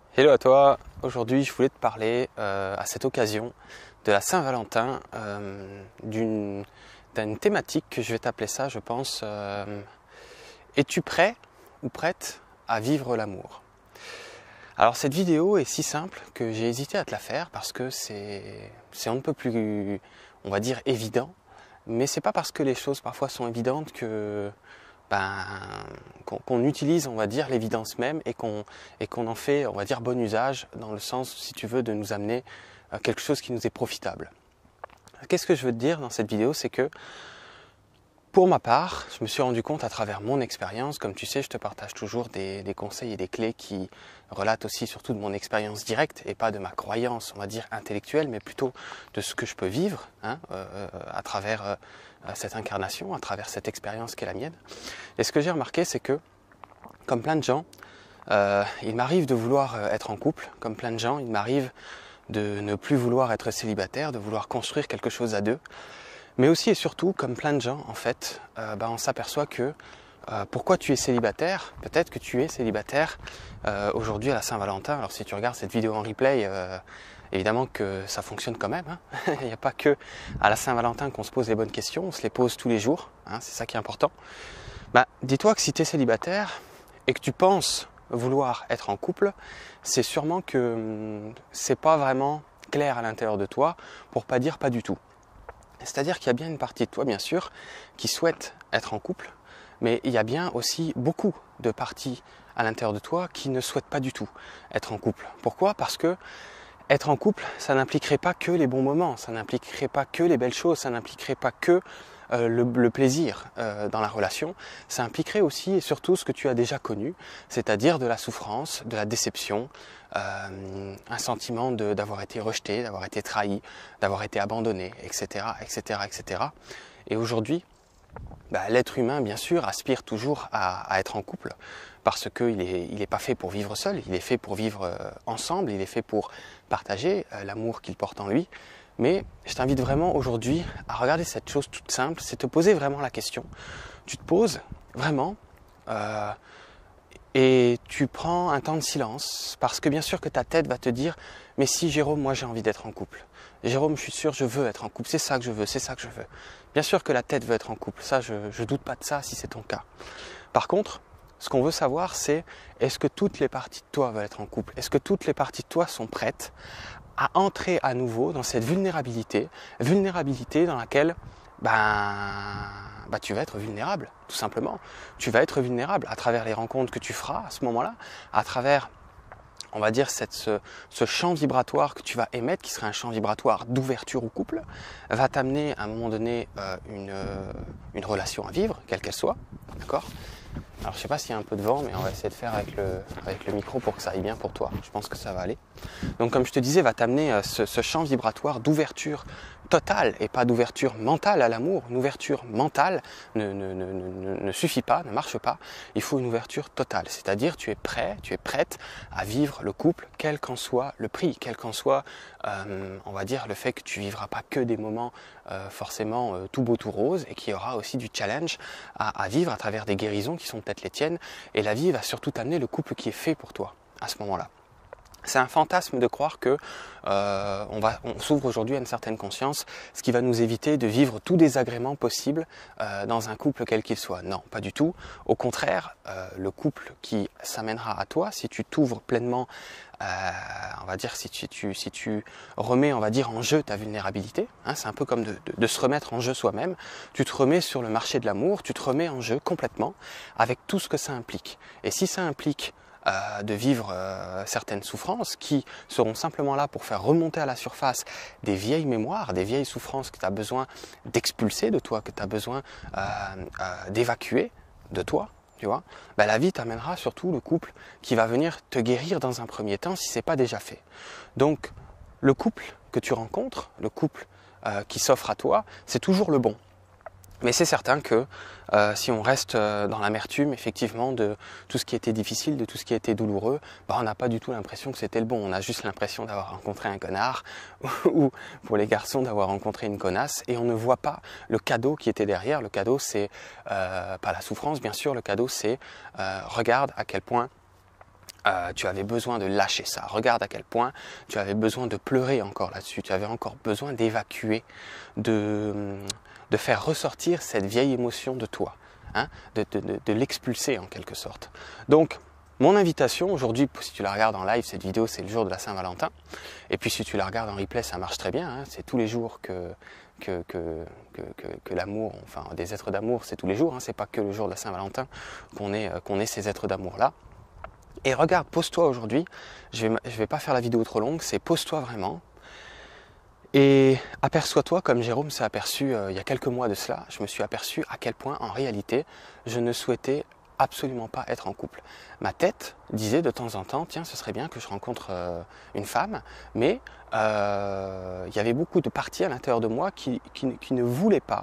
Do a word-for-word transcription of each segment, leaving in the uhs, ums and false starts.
Hello à toi, aujourd'hui je voulais te parler euh, à cette occasion de la Saint-Valentin, euh, d'une d'une thématique que je vais t'appeler ça, je pense. euh, Es-tu prêt ou prête à vivre l'amour? Alors cette vidéo est si simple que j'ai hésité à te la faire parce que c'est c'est un peu plus, on va dire, évident, mais c'est pas parce que les choses parfois sont évidentes que ben, qu'on qu'on utilise, on va dire, l'évidence même et qu'on et qu'on en fait, on va dire, bon usage dans le sens, si tu veux, de nous amener à quelque chose qui nous est profitable. Qu'est-ce que je veux te dire dans cette vidéo? C'est que pour ma part, je me suis rendu compte à travers mon expérience, comme tu sais, je te partage toujours des, des conseils et des clés qui relatent aussi surtout de mon expérience directe et pas de ma croyance, on va dire, intellectuelle, mais plutôt de ce que je peux vivre hein, euh, à travers euh, cette incarnation, à travers cette expérience qui est la mienne. Et ce que j'ai remarqué, c'est que, comme plein de gens, euh, il m'arrive de vouloir être en couple, comme plein de gens, il m'arrive de ne plus vouloir être célibataire, de vouloir construire quelque chose à deux. Mais aussi et surtout, comme plein de gens, en fait, euh, bah, on s'aperçoit que euh, pourquoi tu es célibataire, peut-être que tu es célibataire euh, aujourd'hui à la Saint-Valentin. Alors si tu regardes cette vidéo en replay, euh, évidemment que ça fonctionne quand même. Hein. Il n'y a pas que à la Saint-Valentin qu'on se pose les bonnes questions, on se les pose tous les jours, hein, c'est ça qui est important. Bah, dis-toi que si tu es célibataire et que tu penses vouloir être en couple, c'est sûrement que hum, c'est pas vraiment clair à l'intérieur de toi, pour pas dire pas du tout. C'est-à-dire qu'il y a bien une partie de toi, bien sûr, qui souhaite être en couple, mais il y a bien aussi beaucoup de parties à l'intérieur de toi qui ne souhaitent pas du tout être en couple. Pourquoi? Parce que être en couple, ça n'impliquerait pas que les bons moments, ça n'impliquerait pas que les belles choses, ça n'impliquerait pas que euh, le, le plaisir euh, dans la relation, ça impliquerait aussi et surtout ce que tu as déjà connu, c'est-à-dire de la souffrance, de la déception, euh, un sentiment de, d'avoir été rejeté, d'avoir été trahi, d'avoir été abandonné, et cetera, et cetera, et cetera. Et aujourd'hui, bah, l'être humain, bien sûr, aspire toujours à, à être en couple parce qu'il n'est il est pas fait pour vivre seul, il est fait pour vivre euh, ensemble, il est fait pour partager euh, l'amour qu'il porte en lui. Mais je t'invite vraiment aujourd'hui à regarder cette chose toute simple, c'est te poser vraiment la question. Tu te poses vraiment euh, et tu prends un temps de silence parce que bien sûr que ta tête va te dire « Mais si Jérôme, moi j'ai envie d'être en couple. Jérôme, je suis sûr, je veux être en couple, c'est ça que je veux, c'est ça que je veux. » Bien sûr que la tête veut être en couple, ça je ne doute pas de ça si c'est ton cas. Par contre, ce qu'on veut savoir c'est est-ce que toutes les parties de toi veulent être en couple? Est-ce que toutes les parties de toi sont prêtes à entrer à nouveau dans cette vulnérabilité, vulnérabilité dans laquelle ben, ben, tu vas être vulnérable, tout simplement. Tu vas être vulnérable à travers les rencontres que tu feras à ce moment-là, à travers, on va dire, cette, ce, ce champ vibratoire que tu vas émettre, qui serait un champ vibratoire d'ouverture au couple, va t'amener à un moment donné euh, une, euh, une relation à vivre, quelle qu'elle soit, d'accord ? Alors je sais pas s'il y a un peu de vent, mais on va essayer de faire avec le, avec le micro pour que ça aille bien pour toi. Je pense que ça va aller. Donc comme je te disais, va t'amener euh, ce, ce champ vibratoire d'ouverture totale et pas d'ouverture mentale à l'amour. Une ouverture mentale ne, ne, ne, ne, ne suffit pas, ne marche pas. Il faut une ouverture totale. C'est-à-dire tu es prêt, tu es prête à vivre le couple, quel qu'en soit le prix, quel qu'en soit, euh, on va dire, le fait que tu vivras pas que des moments euh, forcément euh, tout beau, tout rose, et qu'il y aura aussi du challenge à, à vivre à travers des guérisons qui sont peut-être les tiennes. Et la vie va surtout t'amener le couple qui est fait pour toi à ce moment-là. C'est un fantasme de croire que euh, on, va, on s'ouvre aujourd'hui à une certaine conscience, ce qui va nous éviter de vivre tout désagrément possible euh, dans un couple quel qu'il soit. Non, pas du tout. Au contraire, euh, le couple qui s'amènera à toi, si tu t'ouvres pleinement, euh, on va dire, si tu, tu, si tu remets, on va dire, en jeu ta vulnérabilité, hein, c'est un peu comme de, de, de se remettre en jeu soi-même, tu te remets sur le marché de l'amour, tu te remets en jeu complètement avec tout ce que ça implique. Et si ça implique Euh, de vivre euh, certaines souffrances qui seront simplement là pour faire remonter à la surface des vieilles mémoires, des vieilles souffrances que tu as besoin d'expulser de toi, que tu as besoin euh, euh, d'évacuer de toi, tu vois, ben, la vie t'amènera surtout le couple qui va venir te guérir dans un premier temps si ce n'est pas déjà fait. Donc le couple que tu rencontres, le couple euh, qui s'offre à toi, c'est toujours le bon. Mais c'est certain que euh, si on reste euh, dans l'amertume, effectivement, de tout ce qui était difficile, de tout ce qui était douloureux, bah, on n'a pas du tout l'impression que c'était le bon. On a juste l'impression d'avoir rencontré un connard ou pour les garçons d'avoir rencontré une connasse et on ne voit pas le cadeau qui était derrière. Le cadeau, c'est euh, pas la souffrance, bien sûr. Le cadeau, c'est euh, regarde à quel point Euh, tu avais besoin de lâcher ça. Regarde à quel point tu avais besoin de pleurer encore là-dessus. Tu avais encore besoin d'évacuer, de, de faire ressortir cette vieille émotion de toi, hein, de, de, de, de l'expulser en quelque sorte. Donc, mon invitation aujourd'hui, si tu la regardes en live, cette vidéo, c'est le jour de la Saint-Valentin. Et puis si tu la regardes en replay, ça marche très bien. Hein, c'est tous les jours que, que, que, que, que, que l'amour, enfin des êtres d'amour, c'est tous les jours. Hein, c'est pas que le jour de la Saint-Valentin qu'on est, qu'on est ces êtres d'amour-là. Et regarde, pose-toi aujourd'hui, je vais, je vais pas faire la vidéo trop longue, c'est pose-toi vraiment. Et aperçois-toi, comme Jérôme s'est aperçu euh, il y a quelques mois de cela, je me suis aperçu à quel point en réalité je ne souhaitais absolument pas être en couple. Ma tête disait de temps en temps, tiens, ce serait bien que je rencontre euh, une femme, mais euh, il y avait beaucoup de parties à l'intérieur de moi qui, qui, qui ne voulaient pas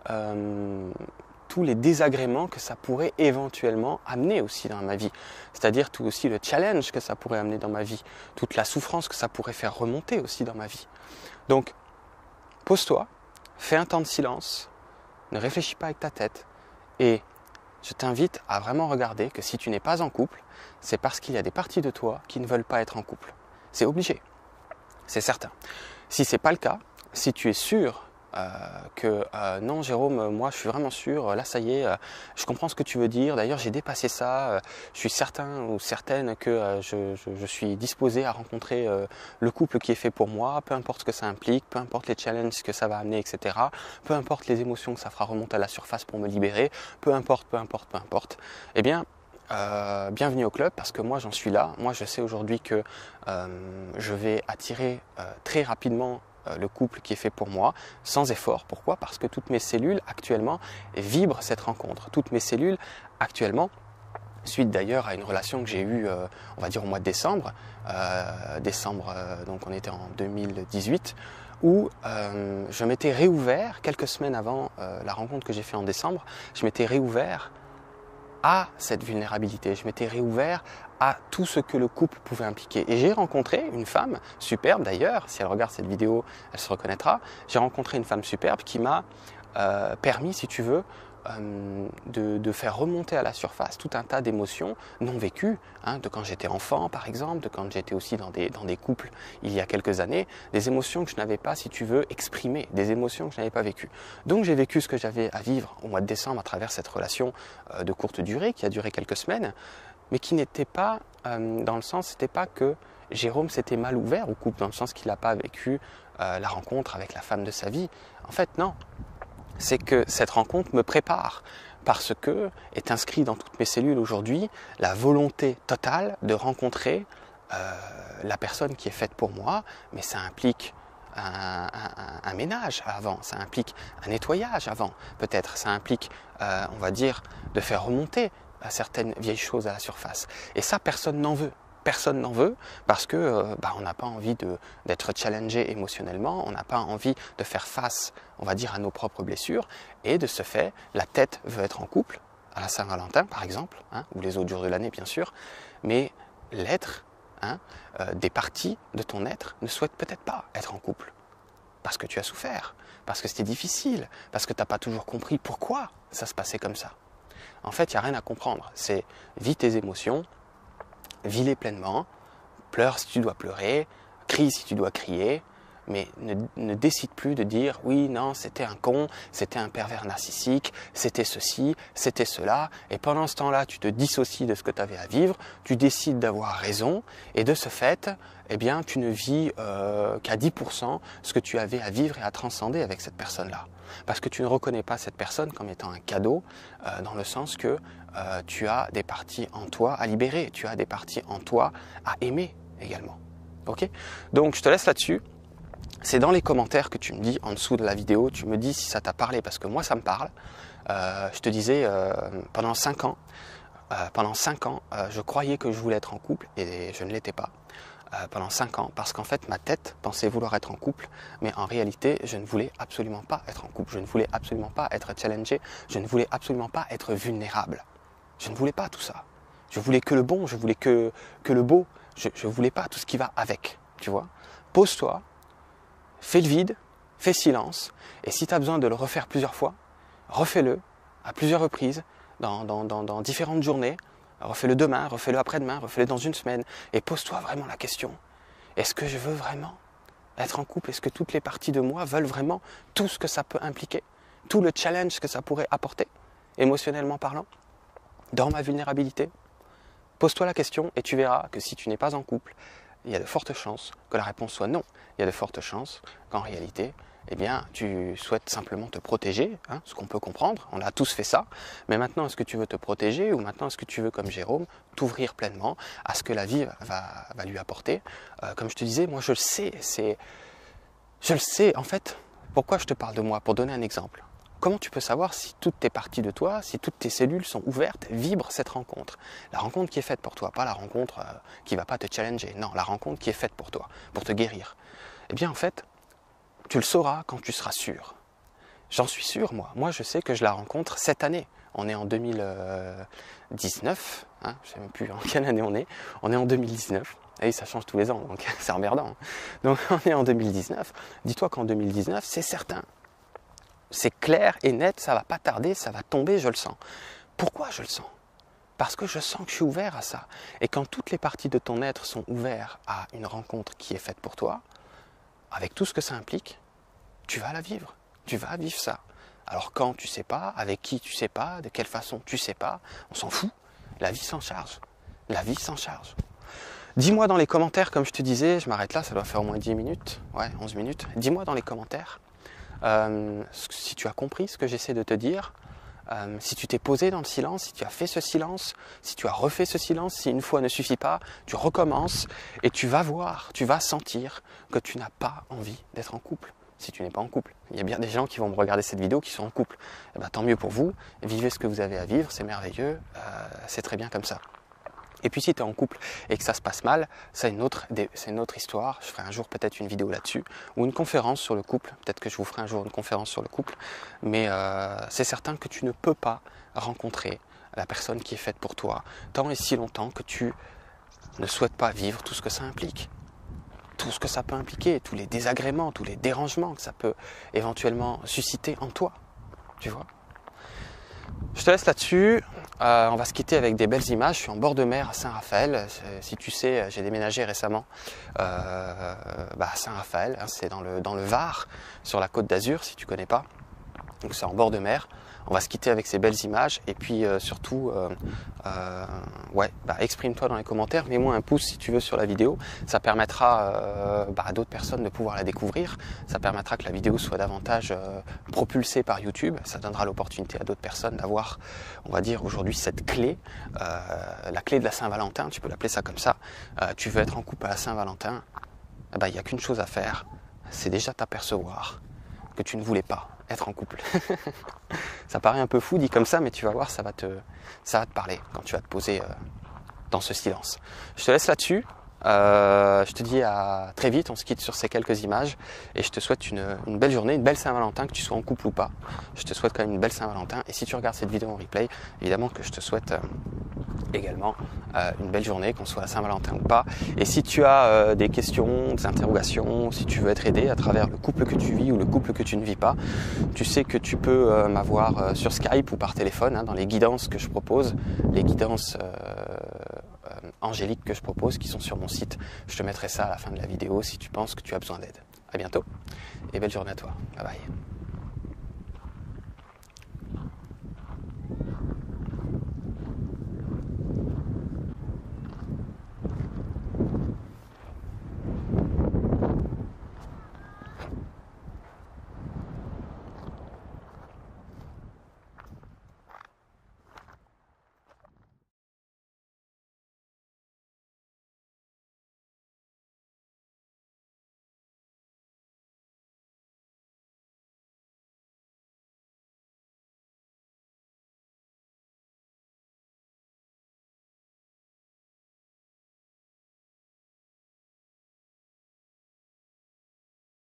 euh, tous les désagréments que ça pourrait éventuellement amener aussi dans ma vie. C'est-à-dire tout aussi le challenge que ça pourrait amener dans ma vie, toute la souffrance que ça pourrait faire remonter aussi dans ma vie. Donc, pose-toi, fais un temps de silence, ne réfléchis pas avec ta tête et je t'invite à vraiment regarder que si tu n'es pas en couple, c'est parce qu'il y a des parties de toi qui ne veulent pas être en couple. C'est obligé, c'est certain. Si ce n'est pas le cas, si tu es sûr euh, que euh, non Jérôme, moi je suis vraiment sûr, là ça y est, euh, je comprends ce que tu veux dire, d'ailleurs j'ai dépassé ça, euh, je suis certain ou certaine que euh, je, je, je suis disposé à rencontrer euh, le couple qui est fait pour moi, peu importe ce que ça implique, peu importe les challenges que ça va amener, et cetera. Peu importe les émotions que ça fera remonter à la surface pour me libérer, peu importe, peu importe, peu importe, eh bien Euh, bienvenue au club parce que moi j'en suis là. Moi je sais aujourd'hui que euh, je vais attirer euh, très rapidement euh, le couple qui est fait pour moi sans effort. Pourquoi? Parce que toutes mes cellules actuellement vibrent cette rencontre. Toutes mes cellules actuellement, suite d'ailleurs à une relation que j'ai eue euh, on va dire au mois de décembre, euh, décembre euh, donc on était en deux mille dix-huit, où euh, je m'étais réouvert quelques semaines avant euh, la rencontre que j'ai fait en décembre, je m'étais réouvert à cette vulnérabilité, je m'étais réouvert à tout ce que le couple pouvait impliquer. Et j'ai rencontré une femme superbe d'ailleurs, si elle regarde cette vidéo, elle se reconnaîtra, j'ai rencontré une femme superbe qui m'a euh, permis, si tu veux, euh, de, de faire remonter à la surface tout un tas d'émotions non vécues, hein, de quand j'étais enfant par exemple, de quand j'étais aussi dans des, dans des couples il y a quelques années, des émotions que je n'avais pas, si tu veux, exprimées, des émotions que je n'avais pas vécues. Donc j'ai vécu ce que j'avais à vivre au mois de décembre à travers cette relation euh, de courte durée qui a duré quelques semaines, mais qui n'était pas, euh, dans le sens, c'était pas que Jérôme s'était mal ouvert au couple, dans le sens qu'il n'a pas vécu euh, la rencontre avec la femme de sa vie. En fait, non. C'est que cette rencontre me prépare parce que est inscrit dans toutes mes cellules aujourd'hui la volonté totale de rencontrer euh, la personne qui est faite pour moi, mais ça implique un, un, un ménage avant, ça implique un nettoyage avant, peut-être, ça implique, euh, on va dire, de faire remonter certaines vieilles choses à la surface. Et ça, personne n'en veut. Personne n'en veut parce que euh, bah, on n'a pas envie d'être challengé émotionnellement, on n'a pas envie de faire face, on va dire, à nos propres blessures. Et de ce fait, la tête veut être en couple, à la Saint-Valentin par exemple, hein, ou les autres jours de l'année bien sûr, mais l'être, hein, euh, des parties de ton être ne souhaitent peut-être pas être en couple. Parce que tu as souffert, parce que c'était difficile, parce que tu n'as pas toujours compris pourquoi ça se passait comme ça. En fait, il n'y a rien à comprendre, c'est vis tes émotions, vis-les pleinement, pleure si tu dois pleurer, crie si tu dois crier, mais ne, ne décide plus de dire oui, non, c'était un con, c'était un pervers narcissique, c'était ceci, c'était cela, et pendant ce temps-là, tu te dissocies de ce que tu avais à vivre, tu décides d'avoir raison, et de ce fait, eh bien, tu ne vis euh, qu'à dix pour cent ce que tu avais à vivre et à transcender avec cette personne-là. Parce que tu ne reconnais pas cette personne comme étant un cadeau, euh, dans le sens que euh, tu as des parties en toi à libérer, tu as des parties en toi à aimer également. Ok ? Donc je te laisse là-dessus. C'est dans les commentaires que tu me dis en dessous de la vidéo, tu me dis si ça t'a parlé, parce que moi ça me parle. Euh, je te disais, euh, pendant cinq ans, euh, pendant cinq ans, euh, je croyais que je voulais être en couple et je ne l'étais pas. Euh, pendant cinq ans, parce qu'en fait ma tête pensait vouloir être en couple, mais en réalité je ne voulais absolument pas être en couple, je ne voulais absolument pas être challengé, je ne voulais absolument pas être vulnérable. Je ne voulais pas tout ça. Je voulais que le bon, je voulais que, que le beau, je ne voulais pas tout ce qui va avec, tu vois. Pose-toi, fais le vide, fais silence, et si tu as besoin de le refaire plusieurs fois, refais-le à plusieurs reprises, dans, dans, dans, dans différentes journées, refais-le demain, refais-le après-demain, refais-le dans une semaine, et pose-toi vraiment la question, est-ce que je veux vraiment être en couple? Est-ce que toutes les parties de moi veulent vraiment tout ce que ça peut impliquer, tout le challenge que ça pourrait apporter, émotionnellement parlant, dans ma vulnérabilité? Pose-toi la question et tu verras que si tu n'es pas en couple, il y a de fortes chances que la réponse soit non. Il y a de fortes chances qu'en réalité, eh bien, tu souhaites simplement te protéger, hein, ce qu'on peut comprendre, on a tous fait ça, mais maintenant est-ce que tu veux te protéger ou maintenant est-ce que tu veux, comme Jérôme, t'ouvrir pleinement à ce que la vie va, va lui apporter? euh, Comme je te disais, moi je le sais, c'est, je le sais, en fait, pourquoi je te parle de moi? Pour donner un exemple. Comment tu peux savoir si toutes tes parties de toi, si toutes tes cellules sont ouvertes, vibrent cette rencontre? La rencontre qui est faite pour toi, pas la rencontre euh, qui ne va pas te challenger, non, la rencontre qui est faite pour toi, pour te guérir. Eh bien en fait, tu le sauras quand tu seras sûr. J'en suis sûr, moi. Moi, je sais que je la rencontre cette année. On est en deux mille dix-neuf, hein, je ne sais même plus en quelle année on est. On est en deux mille dix-neuf. Et ça change tous les ans, donc c'est emmerdant. Donc on est en deux mille dix-neuf. Dis-toi qu'en deux mille dix-neuf, c'est certain. C'est clair et net, ça ne va pas tarder, ça va tomber, je le sens. Pourquoi je le sens? Parce que je sens que je suis ouvert à ça. Et quand toutes les parties de ton être sont ouvertes à une rencontre qui est faite pour toi, avec tout ce que ça implique, tu vas la vivre. Tu vas vivre ça. Alors quand tu sais pas, avec qui tu sais pas, de quelle façon tu sais pas, on s'en fout. La vie s'en charge. La vie s'en charge. Dis-moi dans les commentaires, comme je te disais, je m'arrête là, ça doit faire au moins dix minutes, ouais, onze minutes. Dis-moi dans les commentaires euh, si tu as compris ce que j'essaie de te dire, euh, si tu t'es posé dans le silence, si tu as fait ce silence, si tu as refait ce silence, si une fois ne suffit pas, tu recommences et tu vas voir, tu vas sentir que tu n'as pas envie d'être en couple. Si tu n'es pas en couple. Il y a bien des gens qui vont me regarder cette vidéo qui sont en couple. Eh ben, tant mieux pour vous, vivez ce que vous avez à vivre, c'est merveilleux, euh, c'est très bien comme ça. Et puis si tu es en couple et que ça se passe mal, c'est une autre, c'est une autre histoire. Je ferai un jour peut-être une vidéo là-dessus, ou une conférence sur le couple. Peut-être que je vous ferai un jour une conférence sur le couple. Mais euh, c'est certain que tu ne peux pas rencontrer la personne qui est faite pour toi, tant et si longtemps que tu ne souhaites pas vivre tout ce que ça implique. Tout ce que ça peut impliquer, tous les désagréments, tous les dérangements que ça peut éventuellement susciter en toi, tu vois. Je te laisse là-dessus, euh, on va se quitter avec des belles images. Je suis en bord de mer à Saint-Raphaël, si tu sais, j'ai déménagé récemment euh, bah à Saint-Raphaël, hein, c'est dans le, dans le Var, sur la côte d'Azur, si tu connais pas, donc c'est en bord de mer. On va se quitter avec ces belles images et puis euh, surtout, euh, euh, ouais, bah, exprime-toi dans les commentaires, mets-moi un pouce si tu veux sur la vidéo, ça permettra euh, bah, à d'autres personnes de pouvoir la découvrir, ça permettra que la vidéo soit davantage euh, propulsée par YouTube, ça donnera l'opportunité à d'autres personnes d'avoir, on va dire aujourd'hui, cette clé, euh, la clé de la Saint-Valentin, tu peux l'appeler ça comme ça, euh, tu veux être en couple à la Saint-Valentin, eh ben, il n'y a qu'une chose à faire, c'est déjà t'apercevoir que tu ne voulais pas être en couple. Ça paraît un peu fou dit comme ça, mais tu vas voir, ça va te, ça va te parler quand tu vas te poser euh, dans ce silence. Je te laisse là-dessus. Euh, je te dis à très vite, on se quitte sur ces quelques images et je te souhaite une, une belle journée, une belle Saint-Valentin, que tu sois en couple ou pas. Je te souhaite quand même une belle Saint-Valentin et si tu regardes cette vidéo en replay, évidemment que je te souhaite euh, également euh, une belle journée, qu'on soit à Saint-Valentin ou pas. Et si tu as euh, des questions, des interrogations, si tu veux être aidé à travers le couple que tu vis ou le couple que tu ne vis pas, tu sais que tu peux euh, m'avoir euh, sur Skype ou par téléphone, hein, dans les guidances que je propose, les guidances euh, euh, angéliques que je propose qui sont sur mon site. Je te mettrai ça à la fin de la vidéo si tu penses que tu as besoin d'aide. À bientôt et belle journée à toi. Bye bye.